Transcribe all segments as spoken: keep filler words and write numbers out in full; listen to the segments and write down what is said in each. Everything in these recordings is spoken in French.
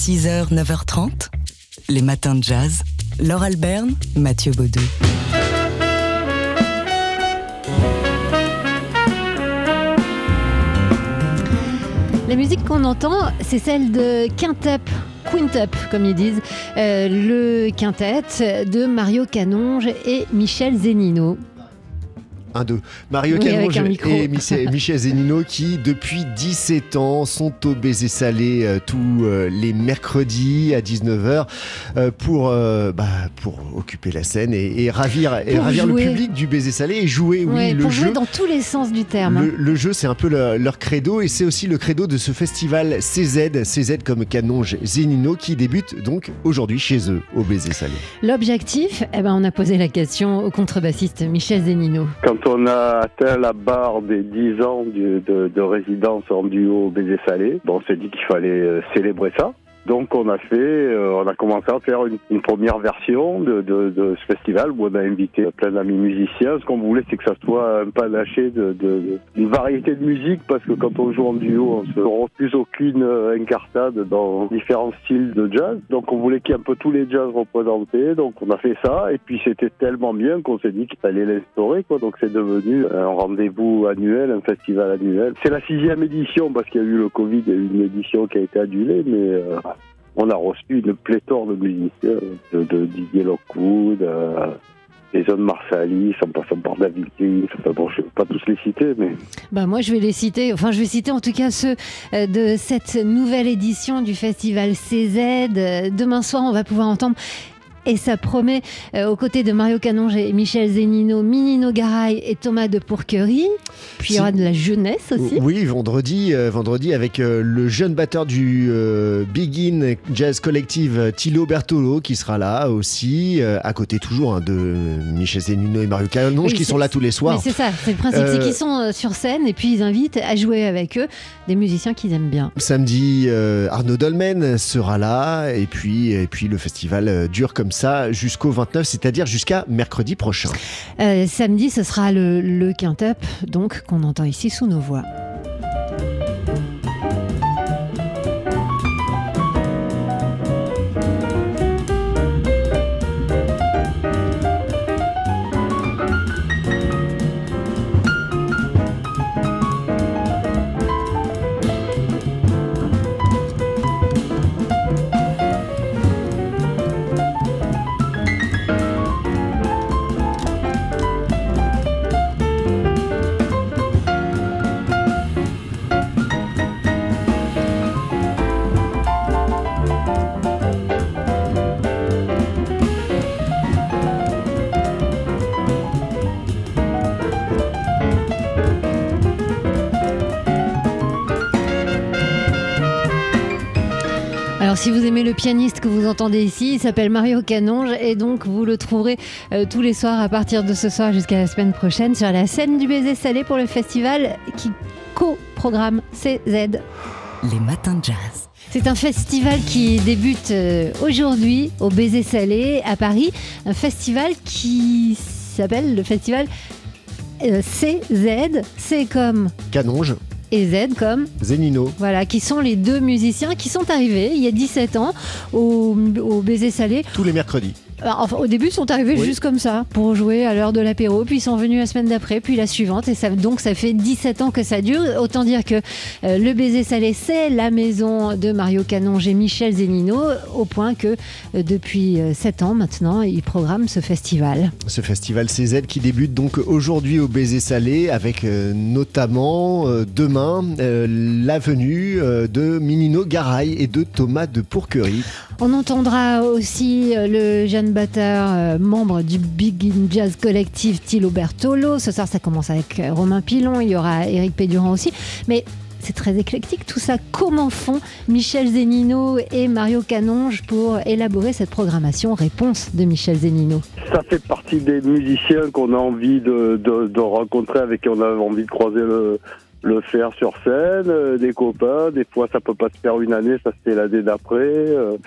six heures, neuf heures trente, les matins de jazz. Laure Alberne, Mathieu Baudou. La musique qu'on entend, c'est celle de Quintup, Quintup comme ils disent, euh, le quintet de Mario Canonge et Michel Zennino. Un, deux. Mario oui, Canonge et Michel, Michel Zennino qui, depuis dix-sept ans, sont au Baiser Salé euh, tous euh, les mercredis à dix-neuf heures euh, pour, euh, bah, pour occuper la scène et, et ravir, et ravir le public du Baiser Salé et jouer, oui, ouais, le pour jeu. Jouer dans tous les sens du terme. Le, le jeu, c'est un peu leur, leur credo et c'est aussi le credo de ce festival C Z, C Z comme Canonge Zennino qui débute donc aujourd'hui chez eux au Baiser Salé. L'objectif, eh ben, on a posé la question au contrebassiste Michel Zennino. Quand on a atteint la barre des dix ans de, de, de résidence en duo au Baiser Salé, bon, on s'est dit qu'il fallait euh, célébrer ça. Donc on a fait, euh, on a commencé à faire une, une première version de, de, de ce festival où on a invité plein d'amis musiciens. Ce qu'on voulait, c'est que ça soit un panaché de, de, d'une variété de musique, parce que quand on joue en duo, on se refuse aucune incartade dans différents styles de jazz. Donc on voulait qu'il y ait un peu tous les jazz représentés. Donc on a fait ça, et puis c'était tellement bien qu'on s'est dit qu'il fallait l'instaurer, quoi. Donc c'est devenu un rendez-vous annuel, un festival annuel. C'est la sixième édition, parce qu'il y a eu le Covid, il y a eu une édition qui a été annulée, mais euh, on a reçu une pléthore de musiciens, de, de Didier Lockwood, euh, Jason Marsalis, en passant par David King. Enfin, bon, je ne vais pas tous les citer, mais... Bah moi, je vais les citer. Enfin, je vais citer en tout cas ceux euh, de cette nouvelle édition du festival C Z. Euh, demain soir, on va pouvoir entendre... Et ça promet, euh, aux côtés de Mario Canonge et Michel Zennino, Minino Garay et Thomas de Pourquerie. Puis il y aura de la jeunesse aussi. Oui, vendredi, euh, vendredi avec euh, le jeune batteur du euh, Begin Jazz Collective, Thilo Bertolo, qui sera là aussi, euh, à côté toujours hein, de Michel Zennino et Mario Canonge, oui, qui sont là tous les soirs. Mais c'est ça, c'est le principe, euh, c'est qu'ils sont sur scène et puis ils invitent à jouer avec eux des musiciens qu'ils aiment bien. Samedi, euh, Arnaud Dolmen sera là, et puis, et puis le festival euh, dure comme ça jusqu'au vingt-neuf, c'est-à-dire jusqu'à mercredi prochain. Euh, samedi, ce sera le, le Quintup, donc qu'on entend ici sous nos voix. Alors si vous aimez le pianiste que vous entendez ici, il s'appelle Mario Canonge et donc vous le trouverez euh, tous les soirs à partir de ce soir jusqu'à la semaine prochaine sur la scène du Baiser Salé pour le festival qui co-programme C Z. Les matins de jazz. C'est un festival qui débute euh, aujourd'hui au Baiser Salé à Paris, un festival qui s'appelle le festival euh, C Z, C comme Canonge et Z comme Zennino. Voilà, qui sont les deux musiciens qui sont arrivés il y a dix-sept ans au, au Baiser Salé. Tous les mercredis. Enfin, au début, ils sont arrivés oui. juste comme ça, pour jouer à l'heure de l'apéro, puis ils sont venus la semaine d'après, puis la suivante, et ça, donc ça fait dix-sept ans que ça dure. Autant dire que euh, le Baiser Salé, c'est la maison de Mario Canonge et Michel Zennino, au point que euh, depuis euh, sept ans maintenant, ils programment ce festival. Ce festival C Z qui débute donc aujourd'hui au Baiser Salé, avec euh, notamment euh, demain euh, la venue euh, de Minino Garay et de Thomas de Pourquerie. On entendra aussi euh, le jeune batteur, euh, membre du Begin Jazz Collective, Thilo Bertolo. Ce soir, ça commence avec euh, Romain Pilon. Il y aura Éric Pédurand aussi. Mais c'est très éclectique tout ça. Comment font Michel Zennino et Mario Canonge pour élaborer cette programmation? Réponse de Michel Zennino. Ça fait partie des musiciens qu'on a envie de, de, de rencontrer, avec qui on a envie de croiser le... le faire sur scène, euh, des copains. Des fois, ça peut pas se faire une année, ça se fait l'année d'après. Euh,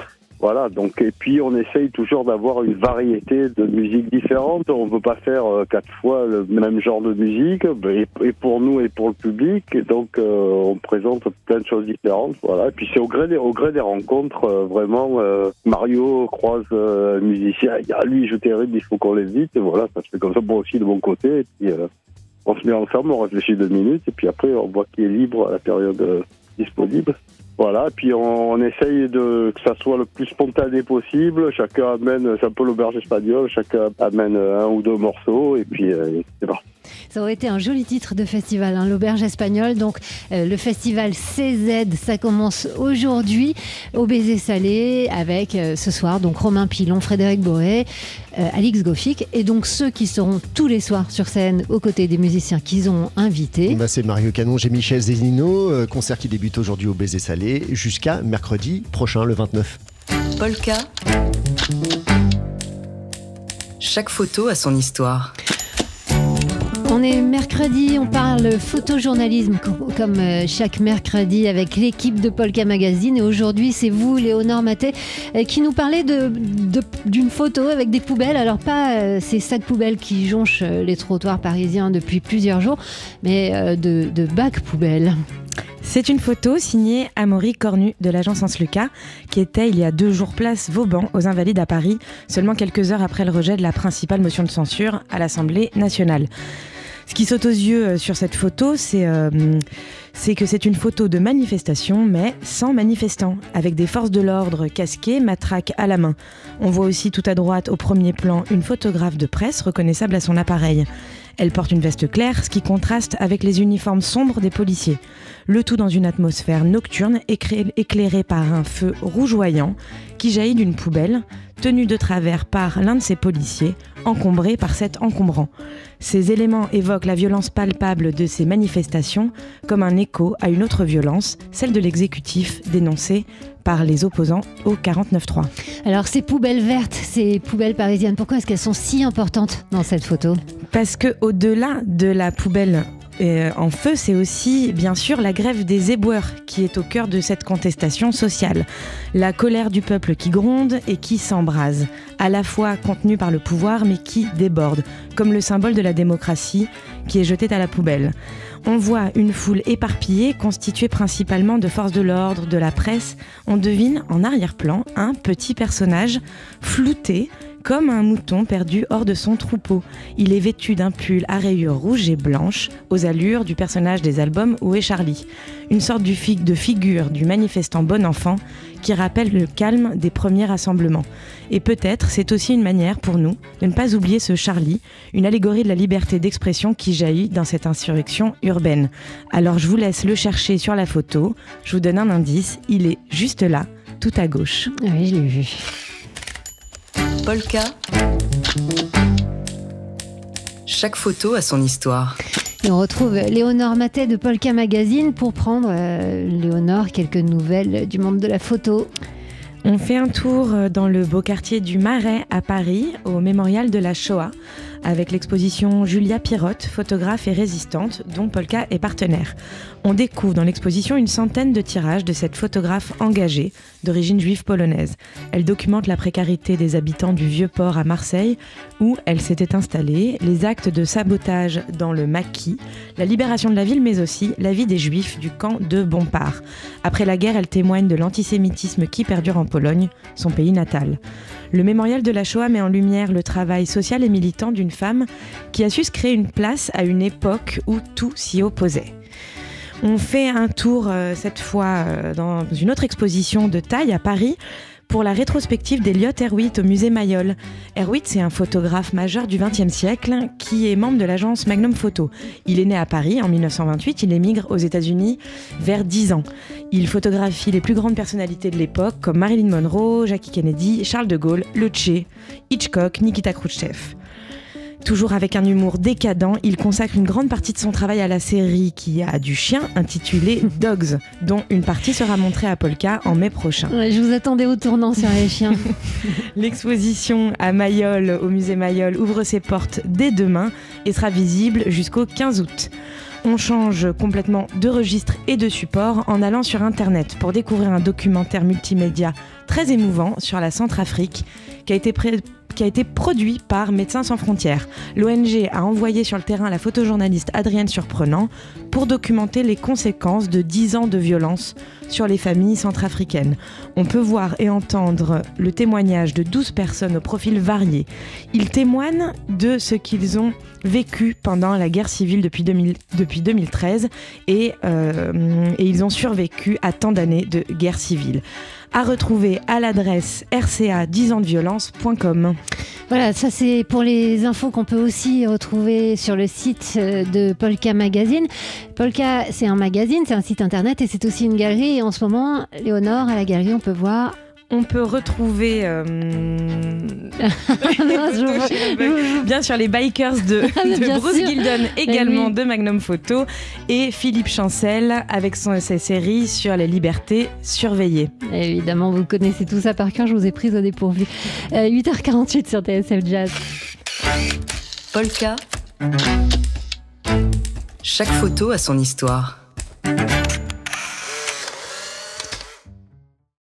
Voilà, donc, et puis on essaye toujours d'avoir une variété de musiques différentes. On ne veut pas faire euh, quatre fois le même genre de musique, et, et pour nous et pour le public. Et donc euh, on présente plein de choses différentes. Voilà, et puis c'est au gré des, au gré des rencontres, euh, vraiment. Euh, Mario croise euh, un musicien, il y a lui, il joue terrible, il faut qu'on l'évite. Et voilà, ça se fait comme ça, moi aussi de mon côté. Et puis euh, on se met ensemble, on réfléchit deux minutes, et puis après on voit qui est libre à la période euh, disponible. Voilà, puis on, on essaye de que ça soit le plus spontané possible. Chacun amène, c'est un peu l'auberge espagnole, chacun amène un ou deux morceaux et puis euh, c'est parti. Ça aurait été un joli titre de festival, hein, l'auberge espagnole. Donc euh, le festival C Z, ça commence aujourd'hui au Baiser Salé avec euh, ce soir donc Romain Pilon, Frédéric Boré, euh, Alix Goffic et donc ceux qui seront tous les soirs sur scène aux côtés des musiciens qu'ils ont invités. Bah, c'est Mario Canonge et Michel Zénino, euh, concert qui débute aujourd'hui au Baiser Salé jusqu'à mercredi prochain, le vingt-neuf. Polka. Chaque photo a son histoire. On est mercredi, on parle photojournalisme comme chaque mercredi avec l'équipe de Polka Magazine. Et aujourd'hui, c'est vous, Léonore Maté, qui nous parlez de, de, d'une photo avec des poubelles. Alors pas ces sacs poubelles qui jonchent les trottoirs parisiens depuis plusieurs jours, mais de, de bacs poubelles. C'est une photo signée Amaury Cornu de l'agence Hans Lucas qui était il y a deux jours place Vauban aux Invalides à Paris, seulement quelques heures après le rejet de la principale motion de censure à l'Assemblée nationale. Ce qui saute aux yeux sur cette photo, c'est, euh, c'est que c'est une photo de manifestation, mais sans manifestants, avec des forces de l'ordre casquées, matraques à la main. On voit aussi tout à droite, au premier plan, une photographe de presse reconnaissable à son appareil. Elle porte une veste claire, ce qui contraste avec les uniformes sombres des policiers. Le tout dans une atmosphère nocturne éclairée par un feu rougeoyant qui jaillit d'une poubelle, tenue de travers par l'un de ces policiers, encombré par cet encombrant. Ces éléments évoquent la violence palpable de ces manifestations comme un écho à une autre violence, celle de l'exécutif dénoncée par les opposants au quarante-neuf trois. Alors ces poubelles vertes, ces poubelles parisiennes, pourquoi est-ce qu'elles sont si importantes dans cette photo ? Parce que au-delà de la poubelle Euh, en feu, c'est aussi, bien sûr, la grève des éboueurs qui est au cœur de cette contestation sociale. La colère du peuple qui gronde et qui s'embrase, à la fois contenue par le pouvoir mais qui déborde, comme le symbole de la démocratie qui est jeté à la poubelle. On voit une foule éparpillée, constituée principalement de forces de l'ordre, de la presse. On devine en arrière-plan un petit personnage flouté, comme un mouton perdu hors de son troupeau. Il est vêtu d'un pull à rayures rouges et blanches, aux allures du personnage des albums Où est Charlie ? Une sorte de figure du manifestant bon enfant qui rappelle le calme des premiers rassemblements. Et peut-être c'est aussi une manière pour nous de ne pas oublier ce Charlie, une allégorie de la liberté d'expression qui jaillit dans cette insurrection urbaine. Alors je vous laisse le chercher sur la photo, je vous donne un indice, il est juste là, tout à gauche. Oui, je l'ai vu. Polka. Chaque photo a son histoire. Et on retrouve Léonore Maté de Polka Magazine pour prendre, euh, Léonore, quelques nouvelles du monde de la photo. On fait un tour dans le beau quartier du Marais à Paris, au mémorial de la Shoah, avec l'exposition Julia Pirotte, photographe et résistante, dont Polka est partenaire. On découvre dans l'exposition une centaine de tirages de cette photographe engagée, d'origine juive polonaise. Elle documente la précarité des habitants du Vieux-Port à Marseille, où elle s'était installée, les actes de sabotage dans le maquis, la libération de la ville, mais aussi la vie des Juifs du camp de Bompard. Après la guerre, elle témoigne de l'antisémitisme qui perdure en Pologne, son pays natal. Le mémorial de la Shoah met en lumière le travail social et militant d'une femme qui a su se créer une place à une époque où tout s'y opposait. On fait un tour euh, cette fois euh, dans une autre exposition de taille à Paris pour la rétrospective d'Elliott Erwitt au musée Mayol. Erwitt, c'est un photographe majeur du vingtième siècle qui est membre de l'agence Magnum Photo. Il est né à Paris en dix-neuf cent vingt-huit, il émigre aux États-Unis vers dix ans. Il photographie les plus grandes personnalités de l'époque comme Marilyn Monroe, Jackie Kennedy, Charles de Gaulle, Le Che, Hitchcock, Nikita Khrouchtchev. Toujours avec un humour décadent, il consacre une grande partie de son travail à la série qui a du chien intitulée Dogs, dont une partie sera montrée à Polka en mai prochain. Ouais, je vous attendais au tournant sur les chiens. L'exposition à Mayol, au musée Mayol, ouvre ses portes dès demain et sera visible jusqu'au quinze août. On change complètement de registre et de support en allant sur Internet pour découvrir un documentaire multimédia très émouvant sur la Centrafrique qui a été pré- qui a été produit par Médecins sans frontières. L'O N G a envoyé sur le terrain la photojournaliste Adrienne Surprenant pour documenter les conséquences de dix ans de violence sur les familles centrafricaines. On peut voir et entendre le témoignage de douze personnes au profil varié. Ils témoignent de ce qu'ils ont vécu pendant la guerre civile depuis, deux mille, depuis deux mille treize et, euh, et ils ont survécu à tant d'années de guerre civile. À retrouver à l'adresse r c a dix ans de violence point com. Voilà, ça c'est pour les infos qu'on peut aussi retrouver sur le site de Polka Magazine. Polka, c'est un magazine, c'est un site internet et c'est aussi une galerie. Et en ce moment, Léonore, à la galerie, on peut voir... On peut retrouver euh... non, je, je, bien sûr les bikers de, de Bruce sûr. Gildon, également oui. de Magnum Photo, et Philippe Chancel avec son, sa série sur les libertés surveillées. Évidemment, vous connaissez tout ça par cœur, je vous ai prise au dépourvu. Euh, huit heures quarante-huit sur T S F Jazz. Polka. Chaque photo a son histoire.